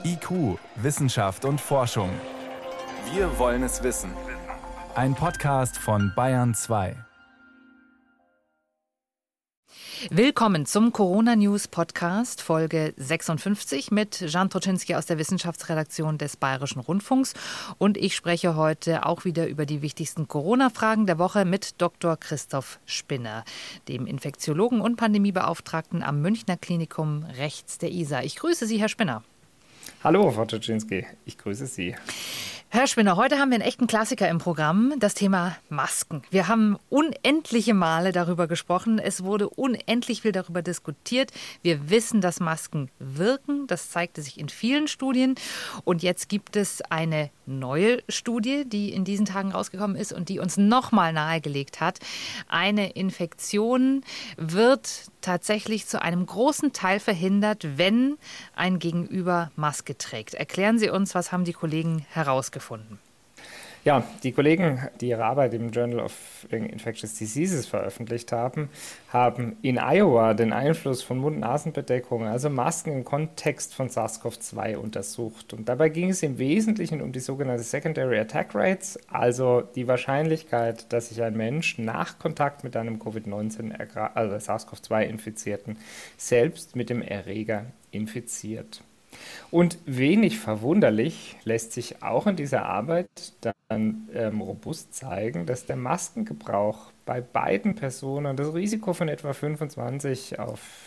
IQ, Wissenschaft und Forschung. Wir wollen es wissen. Ein Podcast von Bayern 2. Willkommen zum Corona-News-Podcast, Folge 56 mit Jan Troczynski aus der Wissenschaftsredaktion des Bayerischen Rundfunks. Und ich spreche heute auch wieder über die wichtigsten Corona-Fragen der Woche mit Dr. Christoph Spinner, dem Infektiologen und Pandemiebeauftragten am Münchner Klinikum rechts der Isar. Ich grüße Sie, Herr Spinner. Hallo, Frau Troczynski, ich grüße Sie. Herr Spinner, heute haben wir einen echten Klassiker im Programm, das Thema Masken. Wir haben unendliche Male darüber gesprochen. Es wurde unendlich viel darüber diskutiert. Wir wissen, dass Masken wirken. Das zeigte sich in vielen Studien. Und jetzt gibt es eine neue Studie, die in diesen Tagen rausgekommen ist und die uns nochmal nahegelegt hat. Eine Infektion wird tatsächlich zu einem großen Teil verhindert, wenn ein Gegenüber Maske trägt. Erklären Sie uns, was haben die Kollegen herausgefunden? Ja, die Kollegen, die ihre Arbeit im Journal of Infectious Diseases veröffentlicht haben, haben in Iowa den Einfluss von Mund-Nasen-Bedeckungen, also Masken im Kontext von SARS-CoV-2 untersucht. Und dabei ging es im Wesentlichen um die sogenannte Secondary Attack Rates, also die Wahrscheinlichkeit, dass sich ein Mensch nach Kontakt mit einem Covid-19, also SARS-CoV-2-Infizierten, selbst mit dem Erreger infiziert. Und wenig verwunderlich lässt sich auch in dieser Arbeit dann robust zeigen, dass der Maskengebrauch bei beiden Personen das Risiko von etwa 25 auf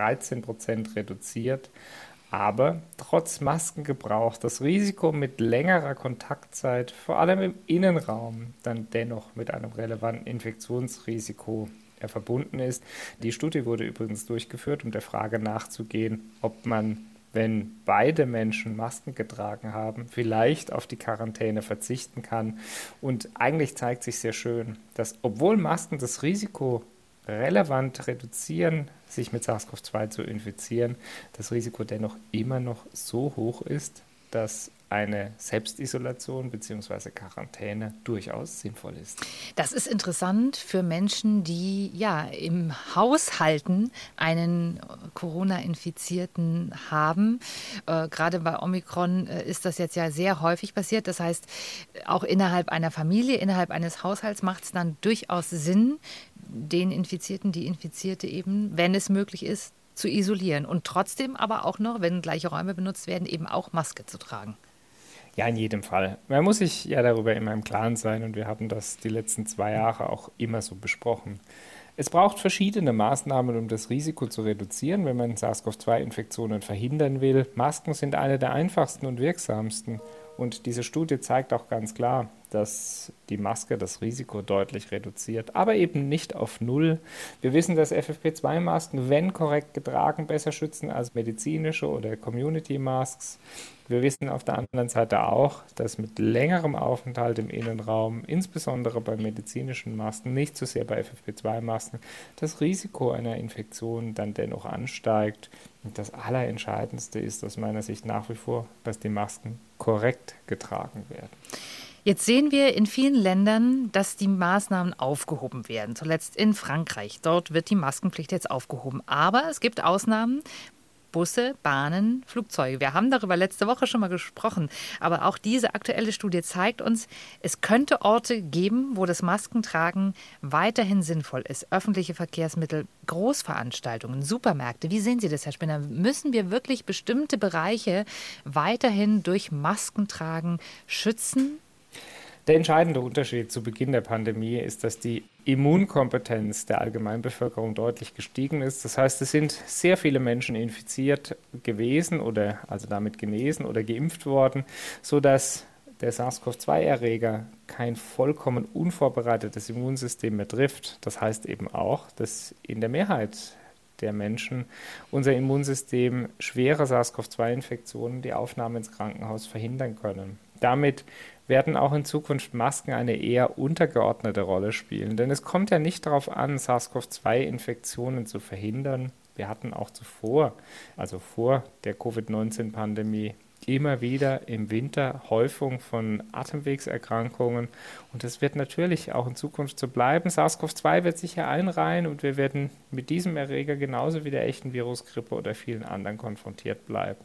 13% reduziert, aber trotz Maskengebrauch das Risiko mit längerer Kontaktzeit, vor allem im Innenraum, dann dennoch mit einem relevanten Infektionsrisiko verbunden ist. Die Studie wurde übrigens durchgeführt, um der Frage nachzugehen, ob man, wenn beide Menschen Masken getragen haben, vielleicht auf die Quarantäne verzichten kann. Und eigentlich zeigt sich sehr schön, dass obwohl Masken das Risiko relevant reduzieren, sich mit SARS-CoV-2 zu infizieren, das Risiko dennoch immer noch so hoch ist, dass eine Selbstisolation bzw. Quarantäne durchaus sinnvoll ist. Das ist interessant für Menschen, die ja im Haushalten einen Corona-Infizierten haben. Gerade bei Omikron ist das jetzt ja sehr häufig passiert. Das heißt, auch innerhalb einer Familie, innerhalb eines Haushalts macht es dann durchaus Sinn, den Infizierten, die Infizierte eben, wenn es möglich ist, zu isolieren und trotzdem aber auch noch, wenn gleiche Räume benutzt werden, eben auch Maske zu tragen. Ja, in jedem Fall. Man muss sich ja darüber immer im Klaren sein und wir haben das die letzten 2 Jahre auch immer so besprochen. Es braucht verschiedene Maßnahmen, um das Risiko zu reduzieren, wenn man SARS-CoV-2-Infektionen verhindern will. Masken sind eine der einfachsten und wirksamsten. Und diese Studie zeigt auch ganz klar, dass die Maske das Risiko deutlich reduziert, aber eben nicht auf Null. Wir wissen, dass FFP2-Masken, wenn korrekt getragen, besser schützen als medizinische oder Community-Masks. Wir wissen auf der anderen Seite auch, dass mit längerem Aufenthalt im Innenraum, insbesondere bei medizinischen Masken, nicht so sehr bei FFP2-Masken, das Risiko einer Infektion dann dennoch ansteigt. Und das Allerentscheidendste ist aus meiner Sicht nach wie vor, dass die Masken korrekt getragen werden. Jetzt sehen wir in vielen Ländern, dass die Maßnahmen aufgehoben werden. Zuletzt in Frankreich. Dort wird die Maskenpflicht jetzt aufgehoben. Aber es gibt Ausnahmen. Busse, Bahnen, Flugzeuge. Wir haben darüber letzte Woche schon mal gesprochen. Aber auch diese aktuelle Studie zeigt uns, es könnte Orte geben, wo das Maskentragen weiterhin sinnvoll ist. Öffentliche Verkehrsmittel, Großveranstaltungen, Supermärkte. Wie sehen Sie das, Herr Spinner? Müssen wir wirklich bestimmte Bereiche weiterhin durch Maskentragen schützen? Der entscheidende Unterschied zu Beginn der Pandemie ist, dass die Immunkompetenz der Allgemeinbevölkerung deutlich gestiegen ist. Das heißt, es sind sehr viele Menschen infiziert gewesen oder also damit genesen oder geimpft worden, sodass der SARS-CoV-2-Erreger kein vollkommen unvorbereitetes Immunsystem mehr trifft. Das heißt eben auch, dass in der Mehrheit der Menschen unser Immunsystem schwere SARS-CoV-2-Infektionen, die Aufnahme ins Krankenhaus verhindern können. Damit werden auch in Zukunft Masken eine eher untergeordnete Rolle spielen. Denn es kommt ja nicht darauf an, SARS-CoV-2-Infektionen zu verhindern. Wir hatten auch zuvor, also vor der Covid-19-Pandemie, immer wieder im Winter Häufung von Atemwegserkrankungen. Und das wird natürlich auch in Zukunft so bleiben. SARS-CoV-2 wird sicher einreihen und wir werden mit diesem Erreger genauso wie der echten Virusgrippe oder vielen anderen konfrontiert bleiben.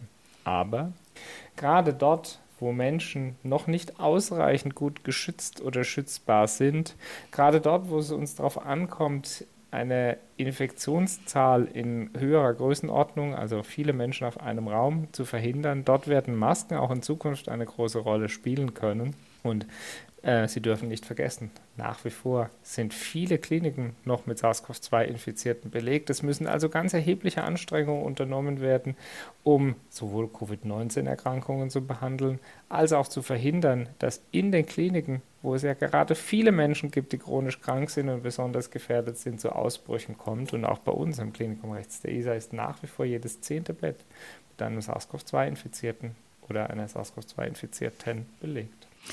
Aber gerade dort, wo Menschen noch nicht ausreichend gut geschützt oder schützbar sind, gerade dort, wo es uns darauf ankommt, eine Infektionszahl in höherer Größenordnung, also viele Menschen auf einem Raum, zu verhindern, dort werden Masken auch in Zukunft eine große Rolle spielen können. Und Sie dürfen nicht vergessen, nach wie vor sind viele Kliniken noch mit SARS-CoV-2-Infizierten belegt. Es müssen also ganz erhebliche Anstrengungen unternommen werden, um sowohl Covid-19-Erkrankungen zu behandeln, als auch zu verhindern, dass in den Kliniken, wo es ja gerade viele Menschen gibt, die chronisch krank sind und besonders gefährdet sind, zu Ausbrüchen kommt. Und auch bei uns im Klinikum rechts der ISA ist nach wie vor jedes 10. Bett mit einem SARS-CoV-2-Infizierten oder einer SARS-CoV-2-Infizierten belegt.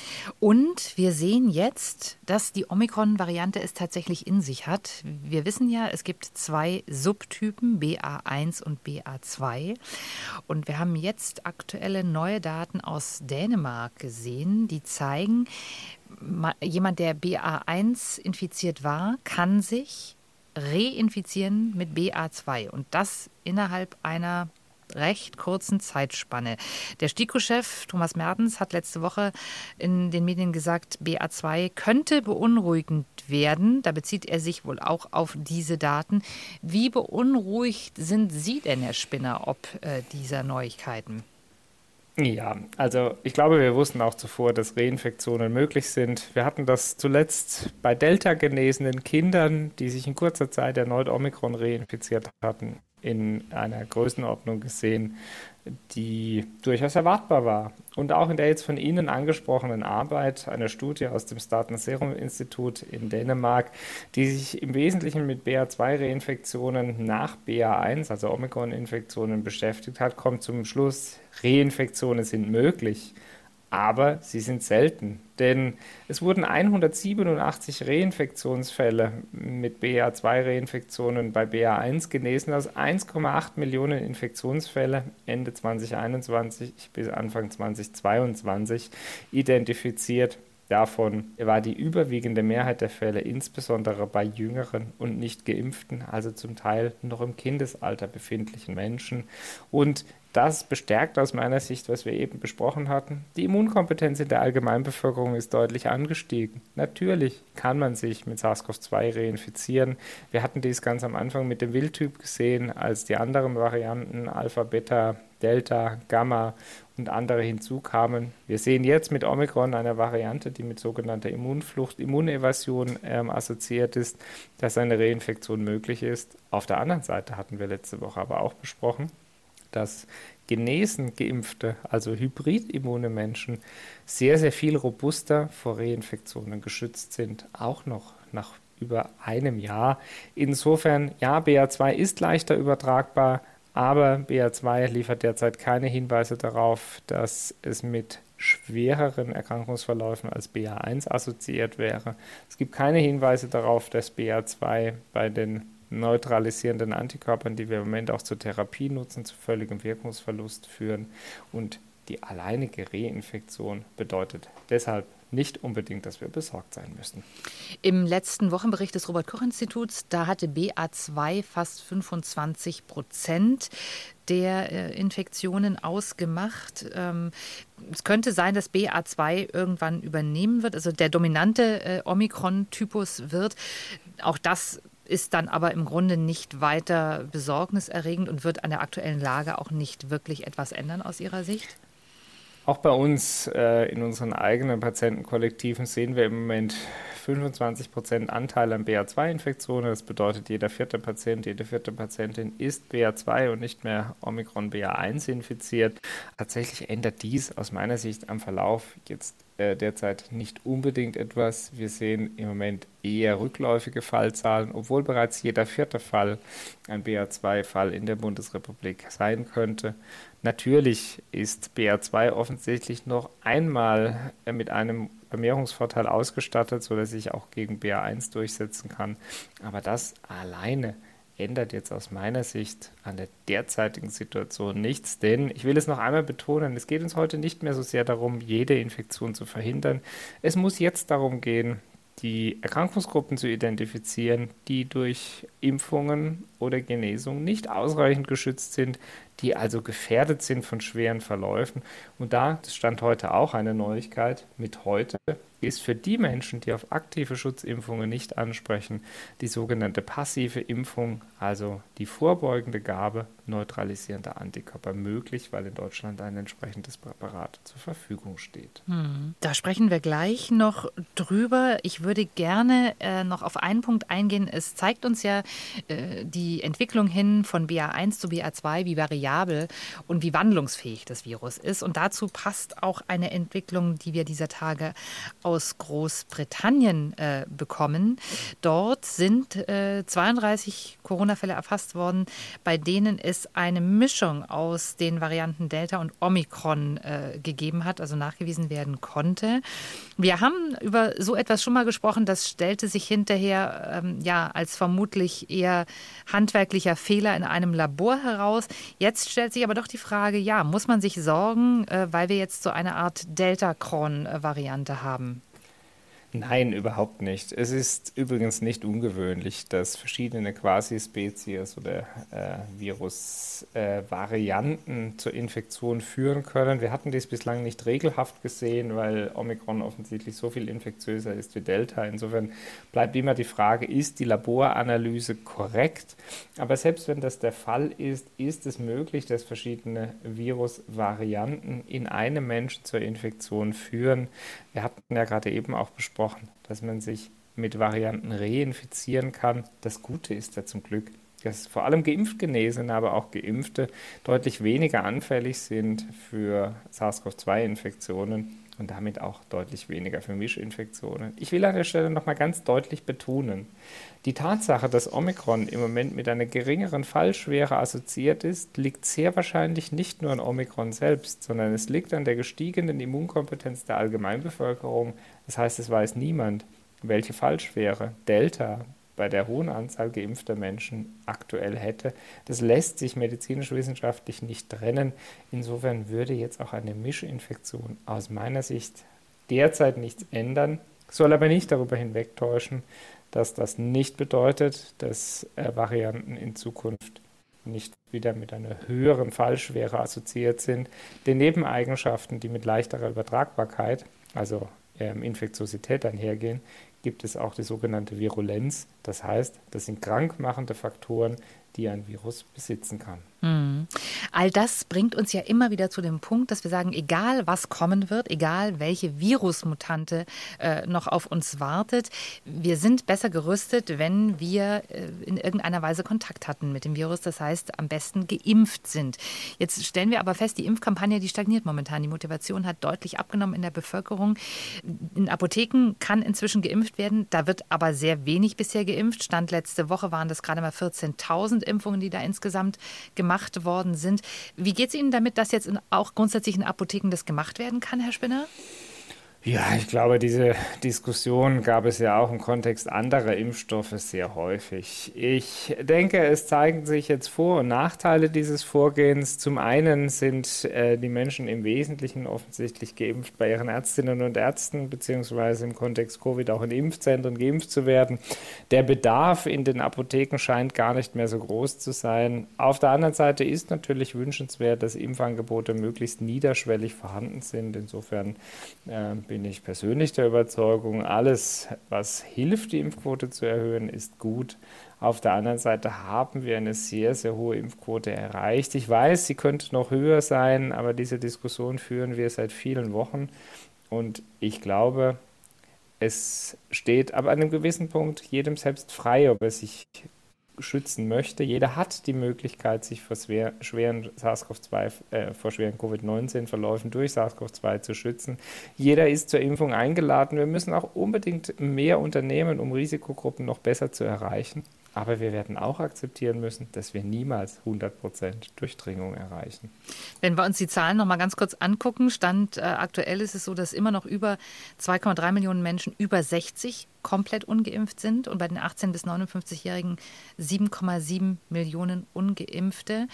Und wir sehen jetzt, dass die Omikron-Variante es tatsächlich in sich hat. Wir wissen ja, es gibt 2 Subtypen, BA1 und BA2. Und wir haben jetzt aktuelle neue Daten aus Dänemark gesehen, die zeigen, jemand, der BA1 infiziert war, kann sich reinfizieren mit BA2. Und das innerhalb einer recht kurzen Zeitspanne. Der STIKO-Chef Thomas Mertens hat letzte Woche in den Medien gesagt, BA2 könnte beunruhigend werden. Da bezieht er sich wohl auch auf diese Daten. Wie beunruhigt sind Sie denn, Herr Spinner, ob dieser Neuigkeiten? Ja, also ich glaube, wir wussten auch zuvor, dass Reinfektionen möglich sind. Wir hatten das zuletzt bei Delta genesenen Kindern, die sich in kurzer Zeit erneut Omikron reinfiziert hatten, in einer Größenordnung gesehen, die durchaus erwartbar war. Und auch in der jetzt von Ihnen angesprochenen Arbeit, einer Studie aus dem Statens Serum Institut in Dänemark, die sich im Wesentlichen mit BA2-Reinfektionen nach BA1, also Omikron-Infektionen, beschäftigt hat, kommt zum Schluss, Reinfektionen sind möglich. Aber sie sind selten, denn es wurden 187 Reinfektionsfälle mit BA2-Reinfektionen bei BA1 genesen, aus 1,8 Millionen Infektionsfälle Ende 2021 bis Anfang 2022 identifiziert. Davon war die überwiegende Mehrheit der Fälle insbesondere bei jüngeren und nicht geimpften, also zum Teil noch im Kindesalter befindlichen Menschen. Und das bestärkt aus meiner Sicht, was wir eben besprochen hatten. Die Immunkompetenz in der Allgemeinbevölkerung ist deutlich angestiegen. Natürlich kann man sich mit SARS-CoV-2 reinfizieren. Wir hatten dies ganz am Anfang mit dem Wildtyp gesehen, als die anderen Varianten Alpha, Beta, Delta, Gamma und andere hinzukamen. Wir sehen jetzt mit Omikron eine Variante, die mit sogenannter Immunflucht, Immunevasion assoziiert ist, dass eine Reinfektion möglich ist. Auf der anderen Seite hatten wir letzte Woche aber auch besprochen, dass genesen Geimpfte, also hybridimmune Menschen, sehr, sehr viel robuster vor Reinfektionen geschützt sind, auch noch nach über einem Jahr. Insofern, ja, BA2 ist leichter übertragbar, aber BA2 liefert derzeit keine Hinweise darauf, dass es mit schwereren Erkrankungsverläufen als BA1 assoziiert wäre. Es gibt keine Hinweise darauf, dass BA2 bei den neutralisierenden Antikörpern, die wir im Moment auch zur Therapie nutzen, zu völligem Wirkungsverlust führen. Und die alleinige Reinfektion bedeutet deshalb nicht unbedingt, dass wir besorgt sein müssen. Im letzten Wochenbericht des Robert-Koch-Instituts, da hatte BA2 fast 25% der Infektionen ausgemacht. Es könnte sein, dass BA2 irgendwann übernehmen wird, also der dominante Omikron-Typus wird. Auch das ist dann aber im Grunde nicht weiter besorgniserregend und wird an der aktuellen Lage auch nicht wirklich etwas ändern aus Ihrer Sicht? Auch bei uns in unseren eigenen Patientenkollektiven sehen wir im Moment 25% Anteil an BA2-Infektionen. Das bedeutet, jeder 4. Patient, jede 4. Patientin ist BA2 und nicht mehr Omikron BA1 infiziert. Tatsächlich ändert dies aus meiner Sicht am Verlauf jetzt derzeit nicht unbedingt etwas. Wir sehen im Moment eher rückläufige Fallzahlen, obwohl bereits jeder 4. Fall ein BA2-Fall in der Bundesrepublik sein könnte. Natürlich ist BA2 offensichtlich noch einmal mit einem Vermehrungsvorteil ausgestattet, sodass sich auch gegen BA1 durchsetzen kann. Aber das alleine ändert jetzt aus meiner Sicht an der derzeitigen Situation nichts, denn ich will es noch einmal betonen, es geht uns heute nicht mehr so sehr darum, jede Infektion zu verhindern. Es muss jetzt darum gehen, die Erkrankungsgruppen zu identifizieren, die durch Impfungen oder Genesung nicht ausreichend geschützt sind, die also gefährdet sind von schweren Verläufen. Und da, das stand heute auch eine Neuigkeit, mit heute ist für die Menschen, die auf aktive Schutzimpfungen nicht ansprechen, die sogenannte passive Impfung, also die vorbeugende Gabe neutralisierender Antikörper möglich, weil in Deutschland ein entsprechendes Präparat zur Verfügung steht. Da sprechen wir gleich noch drüber. Ich würde gerne noch auf einen Punkt eingehen. Es zeigt uns ja die Entwicklung hin von BA1 zu BA2, wie variabel und wie wandlungsfähig das Virus ist. Und dazu passt auch eine Entwicklung, die wir dieser Tage aus Großbritannien bekommen. Dort sind 32 Corona-Fälle erfasst worden, bei denen es eine Mischung aus den Varianten Delta und Omikron gegeben hat, also nachgewiesen werden konnte. Wir haben über so etwas schon mal gesprochen, das stellte sich hinterher als vermutlich eher handwerklicher Fehler in einem Labor heraus. Jetzt stellt sich aber doch die Frage, muss man sich sorgen, weil wir jetzt so eine Art Delta-Cron-Variante haben? Nein, überhaupt nicht. Es ist übrigens nicht ungewöhnlich, dass verschiedene Quasi-Spezies oder Virusvarianten zur Infektion führen können. Wir hatten dies bislang nicht regelhaft gesehen, weil Omikron offensichtlich so viel infektiöser ist wie Delta. Insofern bleibt immer die Frage, ist die Laboranalyse korrekt? Aber selbst wenn das der Fall ist, ist es möglich, dass verschiedene Virusvarianten in einem Menschen zur Infektion führen. Wir hatten ja gerade eben auch besprochen, dass man sich mit Varianten reinfizieren kann. Das Gute ist ja zum Glück, dass vor allem Geimpft-Genesene, aber auch Geimpfte deutlich weniger anfällig sind für SARS-CoV-2-Infektionen und damit auch deutlich weniger für Mischinfektionen. Ich will an der Stelle nochmal ganz deutlich betonen, die Tatsache, dass Omikron im Moment mit einer geringeren Fallschwere assoziiert ist, liegt sehr wahrscheinlich nicht nur an Omikron selbst, sondern es liegt an der gestiegenen Immunkompetenz der Allgemeinbevölkerung. Das heißt, es weiß niemand, welche Fallschwere Delta bei der hohen Anzahl geimpfter Menschen aktuell hätte. Das lässt sich medizinisch-wissenschaftlich nicht trennen. Insofern würde jetzt auch eine Mischinfektion aus meiner Sicht derzeit nichts ändern, soll aber nicht darüber hinwegtäuschen, dass das nicht bedeutet, dass Varianten in Zukunft nicht wieder mit einer höheren Fallschwere assoziiert sind. Den Nebeneigenschaften, die mit leichterer Übertragbarkeit, also Infektiosität einhergehen, gibt es auch die sogenannte Virulenz. Das heißt, das sind krankmachende Faktoren, die ein Virus besitzen kann. All das bringt uns ja immer wieder zu dem Punkt, dass wir sagen, egal was kommen wird, egal welche Virusmutante noch auf uns wartet, wir sind besser gerüstet, wenn wir in irgendeiner Weise Kontakt hatten mit dem Virus, das heißt am besten geimpft sind. Jetzt stellen wir aber fest, die Impfkampagne, die stagniert momentan. Die Motivation hat deutlich abgenommen in der Bevölkerung. In Apotheken kann inzwischen geimpft werden, da wird aber sehr wenig bisher geimpft. Stand letzte Woche waren das gerade mal 14.000 Impfungen, die da insgesamt gemacht worden sind. Wie geht es Ihnen damit, dass jetzt auch grundsätzlich in Apotheken das gemacht werden kann, Herr Spinner? Ja, ich glaube, diese Diskussion gab es ja auch im Kontext anderer Impfstoffe sehr häufig. Ich denke, es zeigen sich jetzt Vor- und Nachteile dieses Vorgehens. Zum einen sind die Menschen im Wesentlichen offensichtlich geimpft bei ihren Ärztinnen und Ärzten, beziehungsweise im Kontext Covid auch in Impfzentren geimpft zu werden. Der Bedarf in den Apotheken scheint gar nicht mehr so groß zu sein. Auf der anderen Seite ist natürlich wünschenswert, dass Impfangebote möglichst niederschwellig vorhanden sind. Insofern bin ich persönlich der Überzeugung, alles, was hilft, die Impfquote zu erhöhen, ist gut. Auf der anderen Seite haben wir eine sehr, sehr hohe Impfquote erreicht. Ich weiß, sie könnte noch höher sein, aber diese Diskussion führen wir seit vielen Wochen. Und ich glaube, es steht ab einem gewissen Punkt jedem selbst frei, ob er sich schützen möchte. Jeder hat die Möglichkeit, sich vor schweren Covid-19-Verläufen durch SARS-CoV-2 zu schützen. Jeder ist zur Impfung eingeladen. Wir müssen auch unbedingt mehr unternehmen, um Risikogruppen noch besser zu erreichen. Aber wir werden auch akzeptieren müssen, dass wir niemals 100% Durchdringung erreichen. Wenn wir uns die Zahlen noch mal ganz kurz angucken, aktuell ist es so, dass immer noch über 2,3 Millionen Menschen über 60 komplett ungeimpft sind und bei den 18- bis 59-Jährigen 7,7 Millionen Ungeimpfte.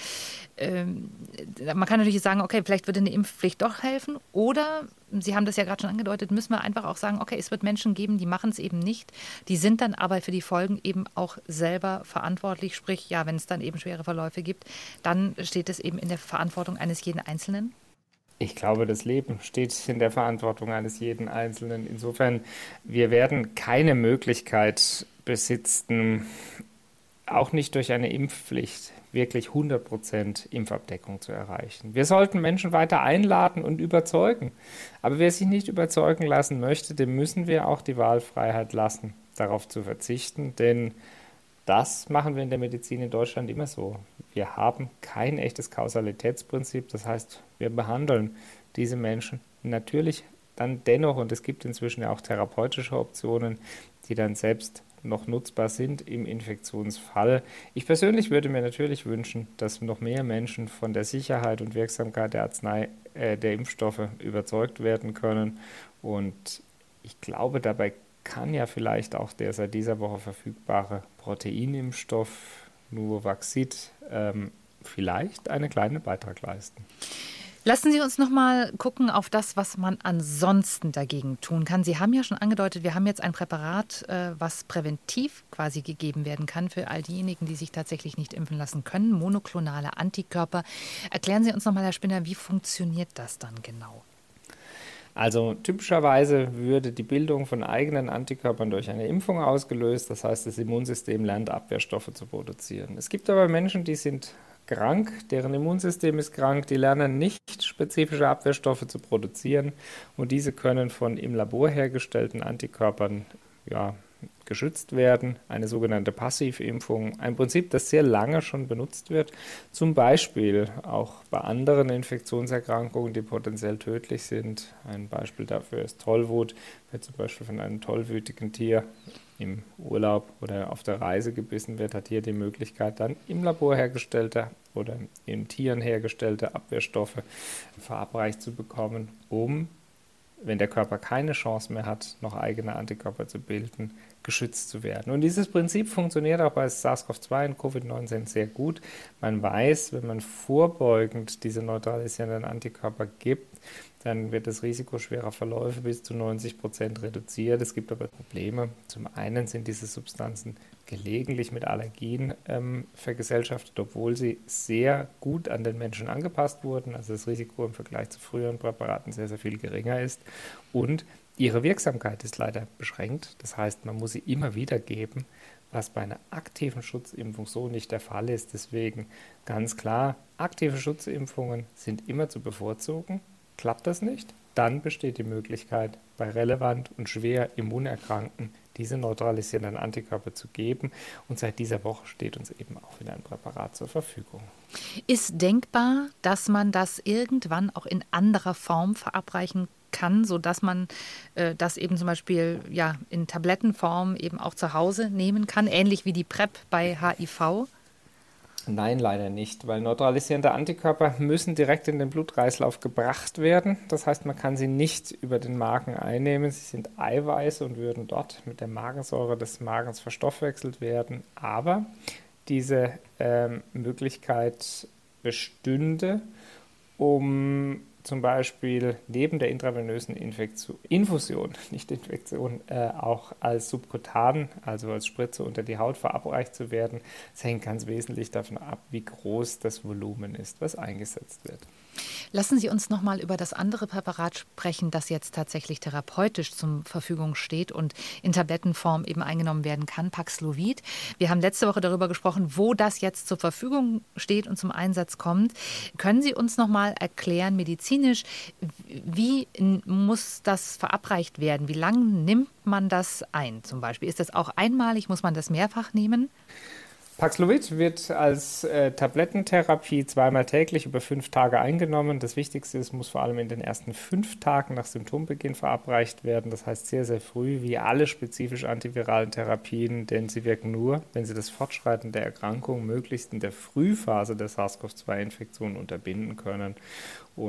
Man kann natürlich sagen, okay, vielleicht würde eine Impfpflicht doch helfen. Oder, Sie haben das ja gerade schon angedeutet, müssen wir einfach auch sagen, okay, es wird Menschen geben, die machen es eben nicht. Die sind dann aber für die Folgen eben auch selber verantwortlich. Sprich, ja, wenn es dann eben schwere Verläufe gibt, dann steht es eben in der Verantwortung eines jeden Einzelnen. Ich glaube, das Leben steht in der Verantwortung eines jeden Einzelnen. Insofern, wir werden keine Möglichkeit besitzen, auch nicht durch eine Impfpflicht, wirklich 100% Impfabdeckung zu erreichen. Wir sollten Menschen weiter einladen und überzeugen. Aber wer sich nicht überzeugen lassen möchte, dem müssen wir auch die Wahlfreiheit lassen, darauf zu verzichten. Denn das machen wir in der Medizin in Deutschland immer so. Wir haben kein echtes Kausalitätsprinzip. Das heißt, wir behandeln diese Menschen natürlich dann dennoch, und es gibt inzwischen ja auch therapeutische Optionen, die dann selbst noch nutzbar sind im Infektionsfall. Ich persönlich würde mir natürlich wünschen, dass noch mehr Menschen von der Sicherheit und Wirksamkeit der der Impfstoffe überzeugt werden können. Und ich glaube, dabei kann ja vielleicht auch der seit dieser Woche verfügbare Proteinimpfstoff Nuvaxovid vielleicht einen kleinen Beitrag leisten. Lassen Sie uns noch mal gucken auf das, was man ansonsten dagegen tun kann. Sie haben ja schon angedeutet, wir haben jetzt ein Präparat, was präventiv quasi gegeben werden kann für all diejenigen, die sich tatsächlich nicht impfen lassen können, monoklonale Antikörper. Erklären Sie uns noch mal, Herr Spinner, wie funktioniert das dann genau? Also typischerweise würde die Bildung von eigenen Antikörpern durch eine Impfung ausgelöst. Das heißt, das Immunsystem lernt, Abwehrstoffe zu produzieren. Es gibt aber Menschen, die sind krank, deren Immunsystem ist krank, die lernen nicht spezifische Abwehrstoffe zu produzieren und diese können von im Labor hergestellten Antikörpern geschützt werden. Eine sogenannte Passivimpfung, ein Prinzip, das sehr lange schon benutzt wird, zum Beispiel auch bei anderen Infektionserkrankungen, die potenziell tödlich sind. Ein Beispiel dafür ist Tollwut. Wer zum Beispiel von einem tollwütigen Tier im Urlaub oder auf der Reise gebissen wird, hat hier die Möglichkeit, dann im Labor hergestellte oder in Tieren hergestellte Abwehrstoffe verabreicht zu bekommen, um, wenn der Körper keine Chance mehr hat, noch eigene Antikörper zu bilden, geschützt zu werden. Und dieses Prinzip funktioniert auch bei SARS-CoV-2 und Covid-19 sehr gut. Man weiß, wenn man vorbeugend diese neutralisierenden Antikörper gibt, dann wird das Risiko schwerer Verläufe bis zu 90% reduziert. Es gibt aber Probleme. Zum einen sind diese Substanzen gelegentlich mit Allergien vergesellschaftet, obwohl sie sehr gut an den Menschen angepasst wurden. Also das Risiko im Vergleich zu früheren Präparaten sehr, sehr viel geringer ist. Und ihre Wirksamkeit ist leider beschränkt. Das heißt, man muss sie immer wieder geben, was bei einer aktiven Schutzimpfung so nicht der Fall ist. Deswegen ganz klar, aktive Schutzimpfungen sind immer zu bevorzugen. Klappt das nicht, dann besteht die Möglichkeit, bei relevant und schwer Immunerkrankten diese neutralisierenden Antikörper zu geben. Und seit dieser Woche steht uns eben auch wieder ein Präparat zur Verfügung. Ist denkbar, dass man das irgendwann auch in anderer Form verabreichen kann, sodass man das eben zum Beispiel in Tablettenform eben auch zu Hause nehmen kann, ähnlich wie die PrEP bei HIV? Nein, leider nicht, weil neutralisierende Antikörper müssen direkt in den Blutkreislauf gebracht werden. Das heißt, man kann sie nicht über den Magen einnehmen. Sie sind Eiweiße und würden dort mit der Magensäure des Magens verstoffwechselt werden. Aber diese Möglichkeit bestünde, um zum Beispiel neben der intravenösen Infusion, nicht Infektion, auch als subkutan, also als Spritze unter die Haut verabreicht zu werden. Das hängt ganz wesentlich davon ab, wie groß das Volumen ist, was eingesetzt wird. Lassen Sie uns noch mal über das andere Präparat sprechen, das jetzt tatsächlich therapeutisch zur Verfügung steht und in Tablettenform eben eingenommen werden kann, Paxlovid. Wir haben letzte Woche darüber gesprochen, wo das jetzt zur Verfügung steht und zum Einsatz kommt. Können Sie uns noch mal erklären, medizinisch, wie muss das verabreicht werden? Wie lange nimmt man das ein zum Beispiel? Ist das auch einmalig? Muss man das mehrfach nehmen? Paxlovid wird als Tablettentherapie zweimal täglich über 5 Tage eingenommen. Das Wichtigste ist, muss vor allem in den ersten 5 Tagen nach Symptombeginn verabreicht werden. Das heißt sehr, sehr früh, wie alle spezifisch antiviralen Therapien, denn sie wirken nur, wenn sie das Fortschreiten der Erkrankung möglichst in der Frühphase der SARS-CoV-2-Infektion unterbinden können. Und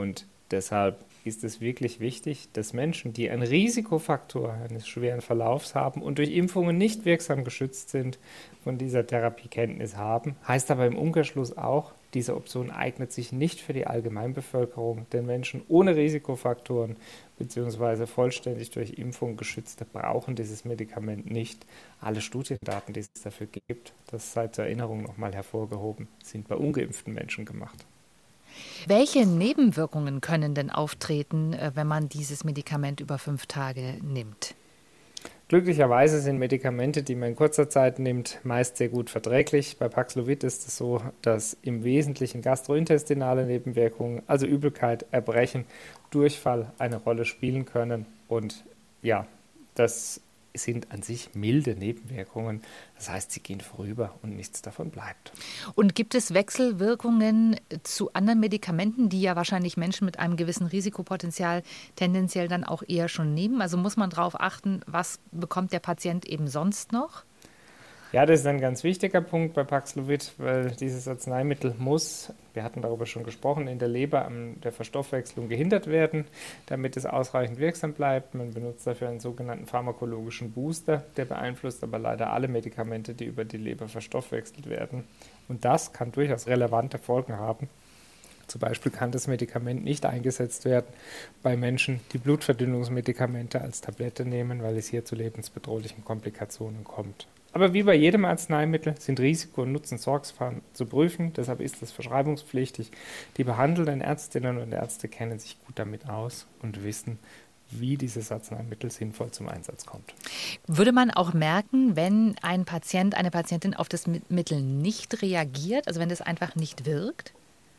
deshalb ist es wirklich wichtig, dass Menschen, die einen Risikofaktor eines schweren Verlaufs haben und durch Impfungen nicht wirksam geschützt sind, von dieser Therapie Kenntnis haben. Heißt aber im Umkehrschluss auch, diese Option eignet sich nicht für die Allgemeinbevölkerung, denn Menschen ohne Risikofaktoren bzw. vollständig durch Impfung geschützte brauchen dieses Medikament nicht. Alle Studiendaten, die es dafür gibt, das sei zur Erinnerung nochmal hervorgehoben, sind bei ungeimpften Menschen gemacht. Welche Nebenwirkungen können denn auftreten, wenn man dieses Medikament über 5 Tage nimmt? Glücklicherweise sind Medikamente, die man in kurzer Zeit nimmt, meist sehr gut verträglich. Bei Paxlovid ist es so, dass im Wesentlichen gastrointestinale Nebenwirkungen, also Übelkeit, Erbrechen, Durchfall eine Rolle spielen können. Und ja, das sind an sich milde Nebenwirkungen. Das heißt, sie gehen vorüber und nichts davon bleibt. Und gibt es Wechselwirkungen zu anderen Medikamenten, die ja wahrscheinlich Menschen mit einem gewissen Risikopotenzial tendenziell dann auch eher schon nehmen? Also muss man darauf achten, was bekommt der Patient eben sonst noch? Ja, das ist ein ganz wichtiger Punkt bei Paxlovid, weil dieses Arzneimittel muss, wir hatten darüber schon gesprochen, in der Leber an der Verstoffwechslung gehindert werden, damit es ausreichend wirksam bleibt. Man benutzt dafür einen sogenannten pharmakologischen Booster, der beeinflusst aber leider alle Medikamente, die über die Leber verstoffwechselt werden. Und das kann durchaus relevante Folgen haben. Zum Beispiel kann das Medikament nicht eingesetzt werden bei Menschen, die Blutverdünnungsmedikamente als Tablette nehmen, weil es hier zu lebensbedrohlichen Komplikationen kommt. Aber wie bei jedem Arzneimittel sind Risiko und Nutzen sorgsam zu prüfen, deshalb ist es verschreibungspflichtig. Die behandelnden Ärztinnen und Ärzte kennen sich gut damit aus und wissen, wie dieses Arzneimittel sinnvoll zum Einsatz kommt. Würde man auch merken, wenn ein Patient, eine Patientin auf das Mittel nicht reagiert, also wenn das einfach nicht wirkt?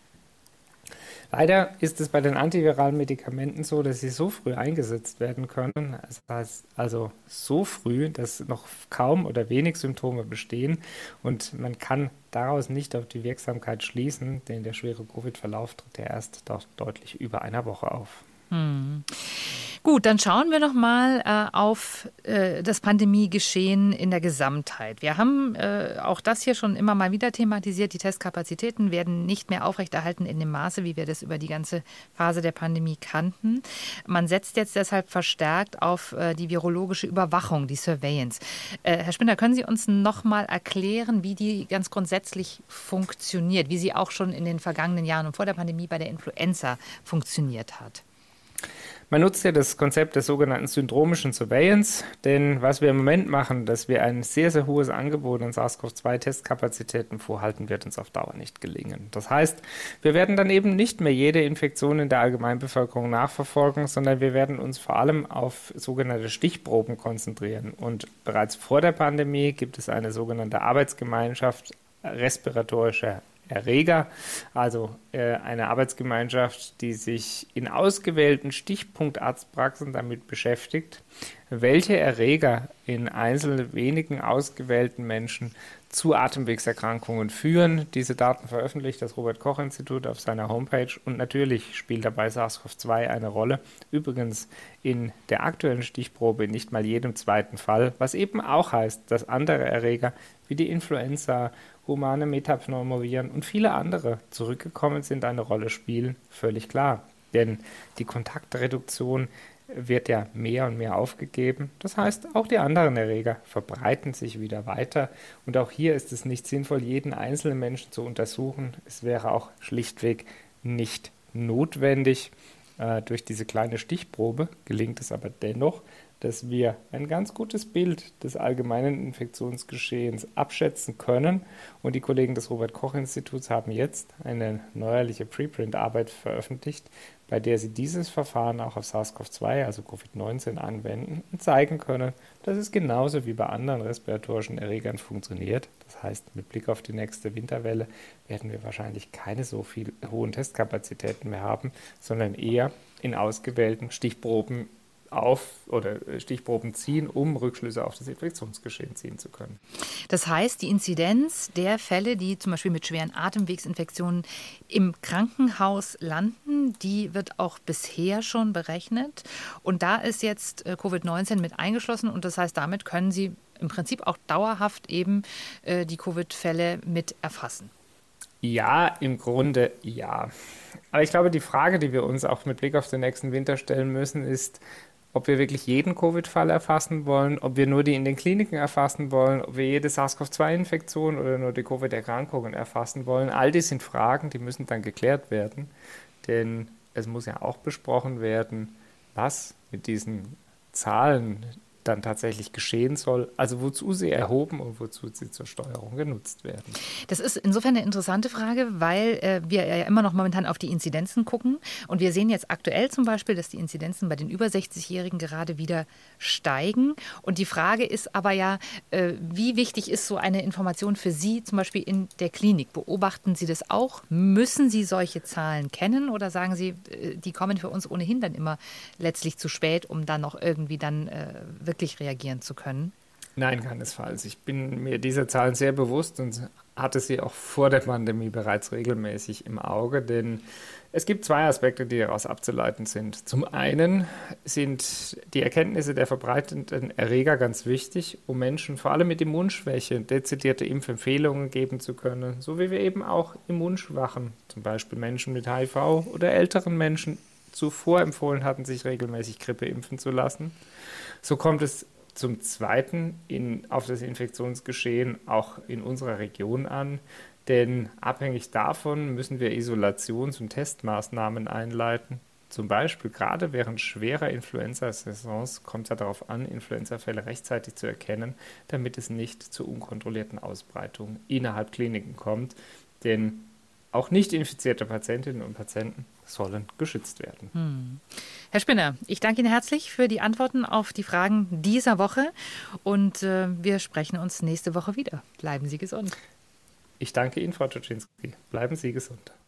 Leider ist es bei den antiviralen Medikamenten so, dass sie so früh eingesetzt werden können, das heißt also so früh, dass noch kaum oder wenig Symptome bestehen und man kann daraus nicht auf die Wirksamkeit schließen, denn der schwere Covid-Verlauf tritt ja erst deutlich über einer Woche auf. Gut, dann schauen wir noch mal auf das Pandemiegeschehen in der Gesamtheit. Wir haben auch das hier schon immer mal wieder thematisiert. Die Testkapazitäten werden nicht mehr aufrechterhalten in dem Maße, wie wir das über die ganze Phase der Pandemie kannten. Man setzt jetzt deshalb verstärkt auf die virologische Überwachung, die Surveillance. Herr Spindler, können Sie uns noch mal erklären, wie die ganz grundsätzlich funktioniert, wie sie auch schon in den vergangenen Jahren und vor der Pandemie bei der Influenza funktioniert hat? Man nutzt ja das Konzept der sogenannten syndromischen Surveillance, denn was wir im Moment machen, dass wir ein sehr, sehr hohes Angebot an SARS-CoV-2-Testkapazitäten vorhalten, wird uns auf Dauer nicht gelingen. Das heißt, wir werden dann eben nicht mehr jede Infektion in der Allgemeinbevölkerung nachverfolgen, sondern wir werden uns vor allem auf sogenannte Stichproben konzentrieren. Und bereits vor der Pandemie gibt es eine sogenannte Arbeitsgemeinschaft respiratorischer Erreger, also eine Arbeitsgemeinschaft, die sich in ausgewählten Stichpunktarztpraxen damit beschäftigt, welche Erreger in einzelnen wenigen ausgewählten Menschen zu Atemwegserkrankungen führen. Diese Daten veröffentlicht das Robert-Koch-Institut auf seiner Homepage und natürlich spielt dabei SARS-CoV-2 eine Rolle. Übrigens in der aktuellen Stichprobe in nicht mal jedem zweiten Fall, was eben auch heißt, dass andere Erreger wie die Influenza, humane Metapneumoviren und viele andere zurückgekommen sind, eine Rolle spielen, völlig klar. Denn die Kontaktreduktion wird ja mehr und mehr aufgegeben. Das heißt, auch die anderen Erreger verbreiten sich wieder weiter. Und auch hier ist es nicht sinnvoll, jeden einzelnen Menschen zu untersuchen. Es wäre auch schlichtweg nicht notwendig. Durch diese kleine Stichprobe gelingt es aber dennoch, dass wir ein ganz gutes Bild des allgemeinen Infektionsgeschehens abschätzen können. Und die Kollegen des Robert-Koch-Instituts haben jetzt eine neuerliche Preprint-Arbeit veröffentlicht, bei der sie dieses Verfahren auch auf SARS-CoV-2, also Covid-19, anwenden und zeigen können, dass es genauso wie bei anderen respiratorischen Erregern funktioniert. Das heißt, mit Blick auf die nächste Winterwelle werden wir wahrscheinlich keine so viel hohen Testkapazitäten mehr haben, sondern eher in ausgewählten Stichproben Stichproben ziehen, um Rückschlüsse auf das Infektionsgeschehen ziehen zu können. Das heißt, die Inzidenz der Fälle, die zum Beispiel mit schweren Atemwegsinfektionen im Krankenhaus landen, die wird auch bisher schon berechnet. Und da ist jetzt Covid-19 mit eingeschlossen und das heißt, damit können Sie im Prinzip auch dauerhaft eben die Covid-Fälle mit erfassen. Ja, im Grunde ja. Aber ich glaube, die Frage, die wir uns auch mit Blick auf den nächsten Winter stellen müssen, ist, ob wir wirklich jeden Covid-Fall erfassen wollen, ob wir nur die in den Kliniken erfassen wollen, ob wir jede SARS-CoV-2-Infektion oder nur die Covid-Erkrankungen erfassen wollen. All das sind Fragen, die müssen dann geklärt werden, denn es muss ja auch besprochen werden, was mit diesen Zahlen dann tatsächlich geschehen soll, also wozu sie erhoben und wozu sie zur Steuerung genutzt werden. Das ist insofern eine interessante Frage, weil wir ja immer noch momentan auf die Inzidenzen gucken und wir sehen jetzt aktuell zum Beispiel, dass die Inzidenzen bei den über 60-Jährigen gerade wieder steigen und die Frage ist aber ja, wie wichtig ist so eine Information für Sie zum Beispiel in der Klinik? Beobachten Sie das auch? Müssen Sie solche Zahlen kennen oder sagen Sie, die kommen für uns ohnehin dann immer letztlich zu spät, um dann noch irgendwie dann wirklich reagieren zu können? Nein, keinesfalls. Ich bin mir dieser Zahlen sehr bewusst und hatte sie auch vor der Pandemie bereits regelmäßig im Auge, denn es gibt zwei Aspekte, die daraus abzuleiten sind. Zum einen sind die Erkenntnisse der verbreiteten Erreger ganz wichtig, um Menschen, vor allem mit Immunschwäche, dezidierte Impfempfehlungen geben zu können, so wie wir eben auch Immunschwachen, zum Beispiel Menschen mit HIV oder älteren Menschen, zuvor empfohlen hatten, sich regelmäßig Grippe impfen zu lassen. So kommt es zum Zweiten auf das Infektionsgeschehen auch in unserer Region an, denn abhängig davon müssen wir Isolations- und Testmaßnahmen einleiten. Zum Beispiel gerade während schwerer Influenza-Saisons kommt es ja darauf an, Influenza-Fälle rechtzeitig zu erkennen, damit es nicht zur unkontrollierten Ausbreitung innerhalb Kliniken kommt, denn auch nicht infizierte Patientinnen und Patienten sollen geschützt werden. Herr Spinner, ich danke Ihnen herzlich für die Antworten auf die Fragen dieser Woche und wir sprechen uns nächste Woche wieder. Bleiben Sie gesund. Ich danke Ihnen, Frau Czuczynski. Bleiben Sie gesund.